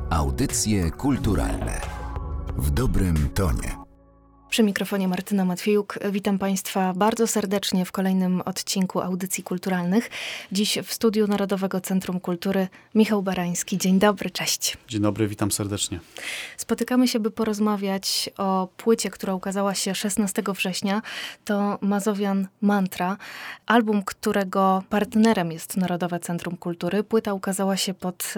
Audycje kulturalne w dobrym tonie. Przy mikrofonie Martyna Matwiejuk. Witam Państwa bardzo serdecznie w kolejnym odcinku Audycji Kulturalnych. Dziś w studiu Narodowego Centrum Kultury Michał Barański. Dzień dobry, cześć. Dzień dobry, witam serdecznie. Spotykamy się, by porozmawiać o płycie, która ukazała się 16 września. To Mazowian Mantra, album, którego partnerem jest Narodowe Centrum Kultury. Płyta ukazała się pod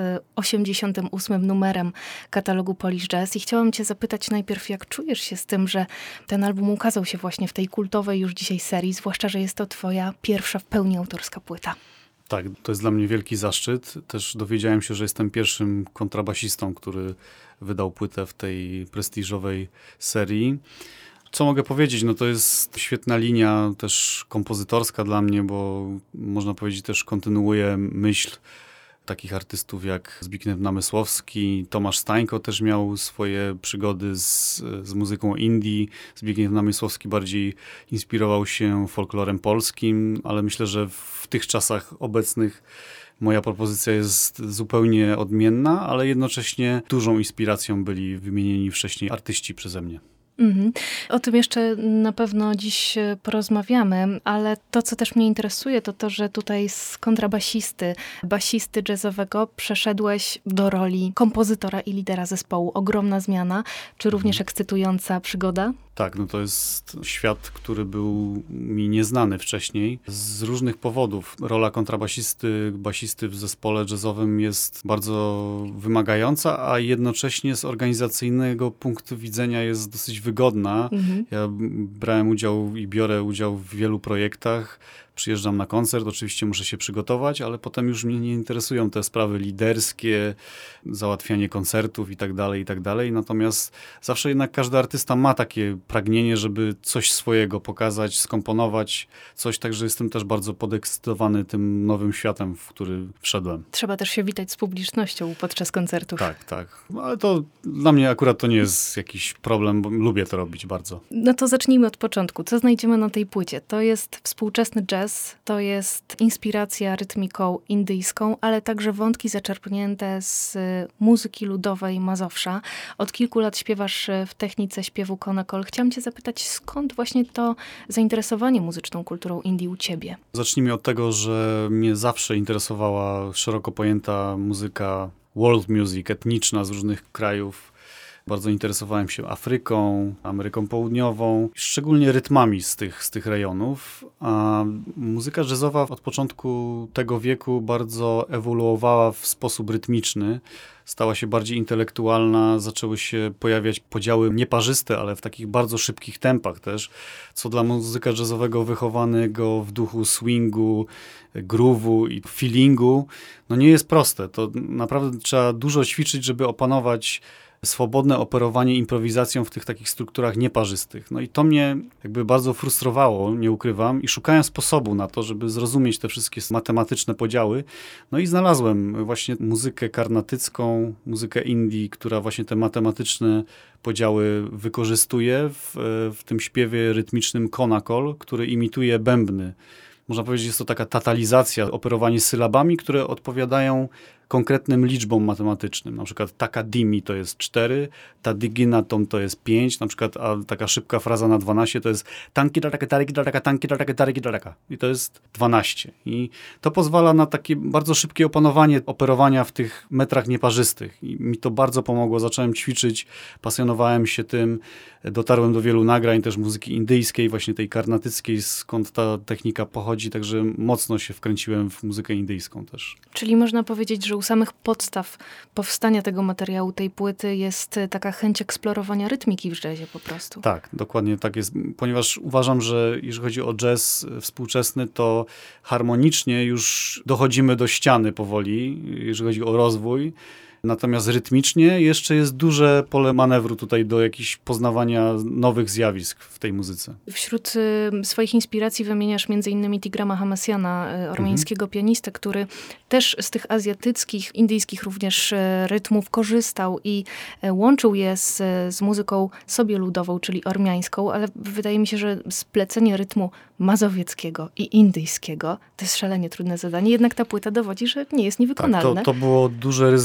88. numerem katalogu Polish Jazz i chciałam Cię zapytać najpierw, jak czujesz się z tym, że ten album ukazał się właśnie w tej kultowej już dzisiaj serii, zwłaszcza, że jest to twoja pierwsza w pełni autorska płyta. Tak, to jest dla mnie wielki zaszczyt. Też dowiedziałem się, że jestem pierwszym kontrabasistą, który wydał płytę w tej prestiżowej serii. Co mogę powiedzieć? No to jest świetna linia też kompozytorska dla mnie, bo można powiedzieć też kontynuuje myśl takich artystów jak Zbigniew Namysłowski, Tomasz Stańko też miał swoje przygody z muzyką indie. Zbigniew Namysłowski bardziej inspirował się folklorem polskim, ale myślę, że w tych czasach obecnych moja propozycja jest zupełnie odmienna, ale jednocześnie dużą inspiracją byli wymienieni wcześniej artyści przeze mnie. O tym jeszcze na pewno dziś porozmawiamy, ale to, co też mnie interesuje, to to, że tutaj z kontrabasisty, basisty jazzowego przeszedłeś do roli kompozytora i lidera zespołu. Ogromna zmiana, czy również ekscytująca przygoda? Tak, no to jest świat, który był mi nieznany wcześniej. Z różnych powodów. Rola kontrabasisty, basisty w zespole jazzowym jest bardzo wymagająca, a jednocześnie z organizacyjnego punktu widzenia jest dosyć wygodna. Ja brałem udział i biorę udział w wielu projektach. Przyjeżdżam na koncert, oczywiście muszę się przygotować, ale potem już mnie nie interesują te sprawy liderskie, załatwianie koncertów i tak dalej. Natomiast zawsze jednak każdy artysta ma takie pragnienie, żeby coś swojego pokazać, skomponować coś, także jestem też bardzo podekscytowany tym nowym światem, w który wszedłem. Trzeba też się witać z publicznością podczas koncertów. Tak. Ale to dla mnie akurat to nie jest jakiś problem, bo lubię to robić bardzo. No to zacznijmy od początku. Co znajdziemy na tej płycie? To jest współczesny jazz, to jest inspiracja rytmiką indyjską, ale także wątki zaczerpnięte z muzyki ludowej Mazowsza. Od kilku lat śpiewasz w technice śpiewu Konakol. Chciałam cię zapytać, skąd właśnie to zainteresowanie muzyczną kulturą Indii u ciebie? Zacznijmy od tego, że mnie zawsze interesowała szeroko pojęta muzyka world music, etniczna z różnych krajów. Bardzo interesowałem się Afryką, Ameryką Południową, szczególnie rytmami z tych rejonów. A muzyka jazzowa od początku tego wieku bardzo ewoluowała w sposób rytmiczny. Stała się bardziej intelektualna, zaczęły się pojawiać podziały nieparzyste, ale w takich bardzo szybkich tempach też, co dla muzyka jazzowego wychowanego w duchu swingu, groove'u i feelingu, no nie jest proste. To naprawdę trzeba dużo ćwiczyć, żeby opanować swobodne operowanie improwizacją w tych takich strukturach nieparzystych. No i to mnie jakby bardzo frustrowało, nie ukrywam, i szukałem sposobu na to, żeby zrozumieć te wszystkie matematyczne podziały. No i znalazłem właśnie muzykę karnatycką, muzykę indii, która właśnie te matematyczne podziały wykorzystuje w tym śpiewie rytmicznym Konakol, który imituje bębny. Można powiedzieć, że jest to taka tatalizacja, operowanie sylabami, które odpowiadają konkretnym liczbom matematycznym. Na przykład taka dimi to jest 4, ta diginatom to jest 5, na przykład a taka szybka fraza na 12 to jest tanki daraka, tariki daraka, tanki daraka, tariki daraka. I to jest 12. I to pozwala na takie bardzo szybkie opanowanie operowania w tych metrach nieparzystych. I mi to bardzo pomogło. Zacząłem ćwiczyć, pasjonowałem się tym, dotarłem do wielu nagrań też muzyki indyjskiej, właśnie tej karnatyckiej, skąd ta technika pochodzi, także mocno się wkręciłem w muzykę indyjską też. Czyli można powiedzieć, że u samych podstaw powstania tego materiału, tej płyty jest taka chęć eksplorowania rytmiki w jazzie po prostu. Tak, dokładnie tak jest, ponieważ uważam, że jeżeli chodzi o jazz współczesny, to harmonicznie już dochodzimy do ściany powoli, jeżeli chodzi o rozwój. Natomiast rytmicznie jeszcze jest duże pole manewru tutaj do jakichś poznawania nowych zjawisk w tej muzyce. Wśród swoich inspiracji wymieniasz m.in. Tigrama Hamasjana, ormiańskiego pianistę, który też z tych azjatyckich, indyjskich również rytmów korzystał i łączył je z muzyką sobie ludową, czyli ormiańską, ale wydaje mi się, że splecenie rytmu mazowieckiego i indyjskiego to jest szalenie trudne zadanie, jednak ta płyta dowodzi, że nie jest niewykonalne. Tak, to było duże ryzyko,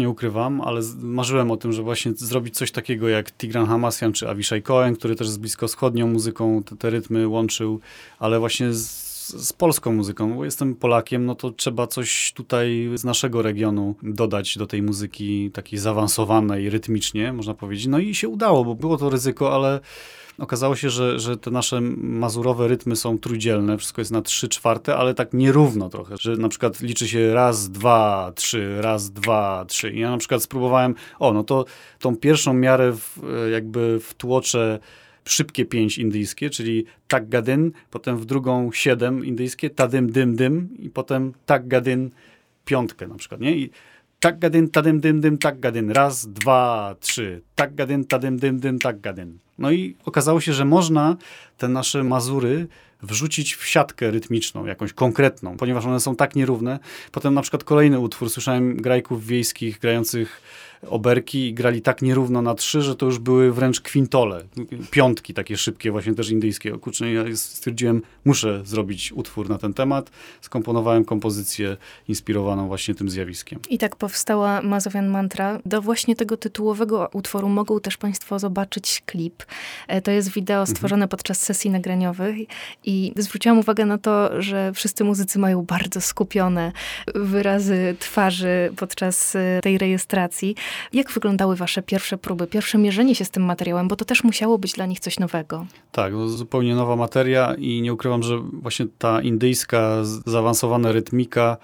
nie ukrywam, ale marzyłem o tym, że właśnie zrobić coś takiego jak Tigran Hamasyan czy Avishai Cohen, który też z bliskowschodnią muzyką te rytmy łączył, ale właśnie z polską muzyką, bo jestem Polakiem, no to trzeba coś tutaj z naszego regionu dodać do tej muzyki takiej zaawansowanej rytmicznie, można powiedzieć. No i się udało, bo było to ryzyko, ale okazało się, że te nasze mazurowe rytmy są trójdzielne, wszystko jest na 3/4, ale tak nierówno trochę, że na przykład liczy się raz, dwa, trzy, raz, dwa, trzy. I ja na przykład spróbowałem, no to tą pierwszą miarę jakby wtłoczę szybkie 5 indyjskie, czyli tak gadyn, potem w drugą 7 indyjskie, tadym, dym, dym i potem tak gadyn 5 na przykład, nie? I tak gadyn, tadym, dym, dym, tak gadyn, raz, dwa, trzy, tak gadyn, tadym, dym, dym, tak gadyn. No i okazało się, że można te nasze mazury wrzucić w siatkę rytmiczną, jakąś konkretną, ponieważ one są tak nierówne. Potem na przykład kolejny utwór, słyszałem grajków wiejskich grających oberki i grali tak nierówno na 3, że to już były wręcz kwintole, piątki takie szybkie, właśnie też indyjskie. Kurczę, ja stwierdziłem, muszę zrobić utwór na ten temat. Skomponowałem kompozycję inspirowaną właśnie tym zjawiskiem. I tak powstała Mazowian Mantra. Do właśnie tego tytułowego utworu mogą też państwo zobaczyć klip. To jest wideo stworzone podczas sesji nagraniowych i zwróciłam uwagę na to, że wszyscy muzycy mają bardzo skupione wyrazy twarzy podczas tej rejestracji. Jak wyglądały wasze pierwsze próby, pierwsze mierzenie się z tym materiałem, bo to też musiało być dla nich coś nowego. Tak, zupełnie nowa materia i nie ukrywam, że właśnie ta indyjska, zaawansowana rytmika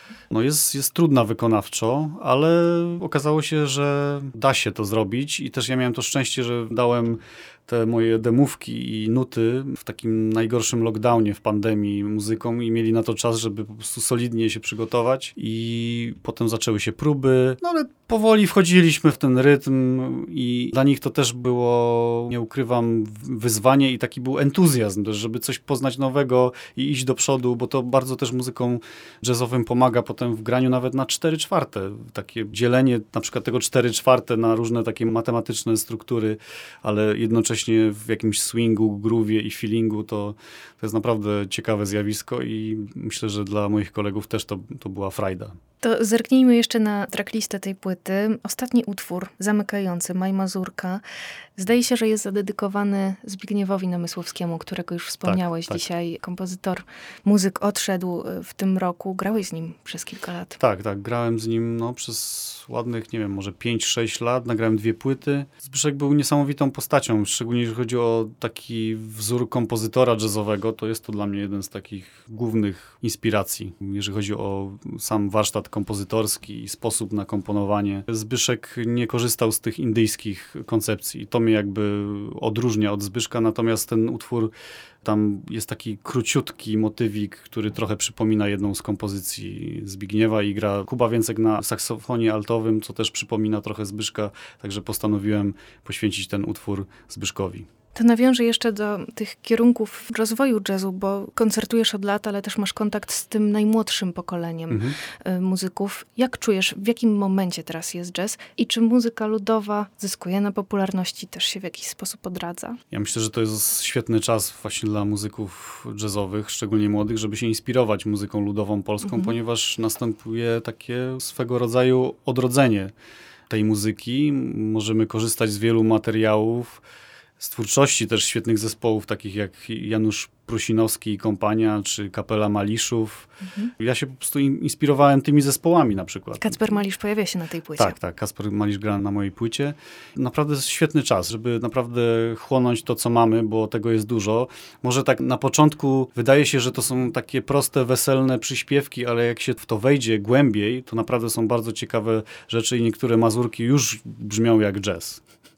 jest trudna wykonawczo, ale okazało się, że da się to zrobić i też ja miałem to szczęście, że dałem te moje demówki i nuty w takim najgorszym lockdownie w pandemii muzyką i mieli na to czas, żeby po prostu solidnie się przygotować i potem zaczęły się próby, ale powoli wchodziliśmy w ten rytm i dla nich to też było, nie ukrywam, wyzwanie i taki był entuzjazm też, żeby coś poznać nowego i iść do przodu, bo to bardzo też muzykom jazzowym pomaga potem w graniu nawet na 4/4. Takie dzielenie na przykład tego 4/4 na różne takie matematyczne struktury, ale jednocześnie w jakimś swingu, groove'ie i feelingu, to jest naprawdę ciekawe zjawisko i myślę, że dla moich kolegów też to była frajda. To zerknijmy jeszcze na tracklistę tej płyty. Ostatni utwór zamykający, Maj Mazurka, zdaje się, że jest zadedykowany Zbigniewowi Namysłowskiemu, którego już wspomniałeś dzisiaj. Kompozytor, muzyk odszedł w tym roku. Grałeś z nim przez kilka lat. Tak. Grałem z nim przez ładnych, nie wiem, może 5-6 lat. Nagrałem 2 płyty. Zbyszek był niesamowitą postacią, szczególnie jeżeli chodzi o taki wzór kompozytora jazzowego, to jest to dla mnie jeden z takich głównych inspiracji, jeżeli chodzi o sam warsztat kompozytorski i sposób na komponowanie. Zbyszek nie korzystał z tych indyjskich koncepcji. To mnie jakby odróżnia od Zbyszka, natomiast ten utwór, tam jest taki króciutki motywik, który trochę przypomina jedną z kompozycji Zbigniewa i gra Kuba Więcek na saksofonie altowym, co też przypomina trochę Zbyszka, także postanowiłem poświęcić ten utwór Zbyszkowi. To nawiążę jeszcze do tych kierunków rozwoju jazzu, bo koncertujesz od lat, ale też masz kontakt z tym najmłodszym pokoleniem muzyków. Jak czujesz, w jakim momencie teraz jest jazz i czy muzyka ludowa zyskuje na popularności, też się w jakiś sposób odradza? Ja myślę, że to jest świetny czas właśnie dla muzyków jazzowych, szczególnie młodych, żeby się inspirować muzyką ludową polską, ponieważ następuje takie swego rodzaju odrodzenie tej muzyki. Możemy korzystać z wielu materiałów, z twórczości też świetnych zespołów, takich jak Janusz Prusinowski i kompania, czy Kapela Maliszów. Ja się po prostu inspirowałem tymi zespołami na przykład. Kacper Malisz pojawia się na tej płycie. Tak. Kacper Malisz gra na mojej płycie. Naprawdę jest świetny czas, żeby naprawdę chłonąć to, co mamy, bo tego jest dużo. Może tak na początku wydaje się, że to są takie proste, weselne przyśpiewki, ale jak się w to wejdzie głębiej, to naprawdę są bardzo ciekawe rzeczy i niektóre mazurki już brzmią jak jazz.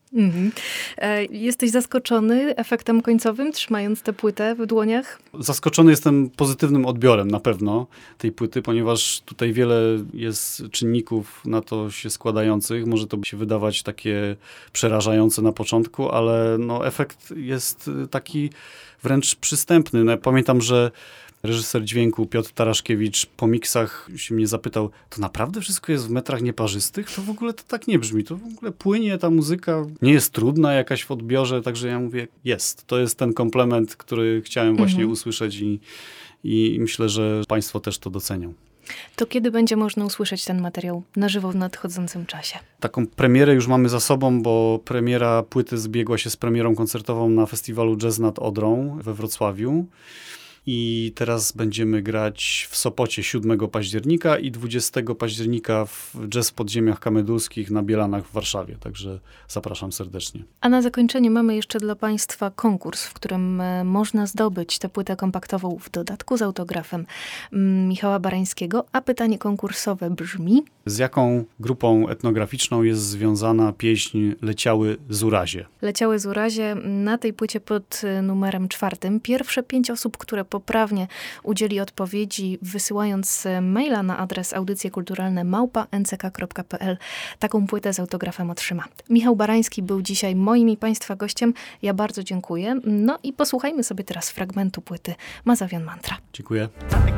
Jesteś zaskoczony efektem końcowym, trzymając tę płytę w dłoniach? Zaskoczony jestem pozytywnym odbiorem na pewno tej płyty, ponieważ tutaj wiele jest czynników na to się składających. Może to się wydawać takie przerażające na początku, ale efekt jest taki wręcz przystępny. Pamiętam, że reżyser dźwięku Piotr Taraszkiewicz po miksach się mnie zapytał, to naprawdę wszystko jest w metrach nieparzystych? To w ogóle to tak nie brzmi. To w ogóle płynie ta muzyka, nie jest trudna jakaś w odbiorze, także ja mówię, jest. To jest ten komplement, który chciałem właśnie usłyszeć i myślę, że państwo też to docenią. To kiedy będzie można usłyszeć ten materiał na żywo w nadchodzącym czasie? Taką premierę już mamy za sobą, bo premiera płyty zbiegła się z premierą koncertową na festiwalu Jazz nad Odrą we Wrocławiu. I teraz będziemy grać w Sopocie 7 października i 20 października w Jazz w Podziemiach Kamedulskich na Bielanach w Warszawie. Także zapraszam serdecznie. A na zakończenie mamy jeszcze dla Państwa konkurs, w którym można zdobyć tę płytę kompaktową w dodatku z autografem Michała Barańskiego. A pytanie konkursowe brzmi: z jaką grupą etnograficzną jest związana pieśń Leciały z Urazie? Leciały z Urazie na tej płycie pod numerem 4. Pierwsze 5 osób, które poprawnie udzieli odpowiedzi, wysyłając maila na adres audycjekulturalne@nck.pl, taką płytę z autografem otrzyma. Michał Barański był dzisiaj moim i Państwa gościem. Ja bardzo dziękuję. No i posłuchajmy sobie teraz fragmentu płyty Mazowian Mantra. Dziękuję.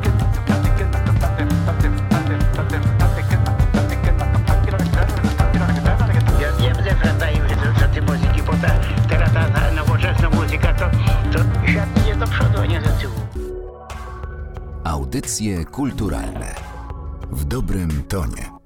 Ja będę wracają, że ty muzyki, bo teraz ta nowoczesna muzyka to świat idzie do przodu, a nie do tyłu. Audycje kulturalne w dobrym tonie.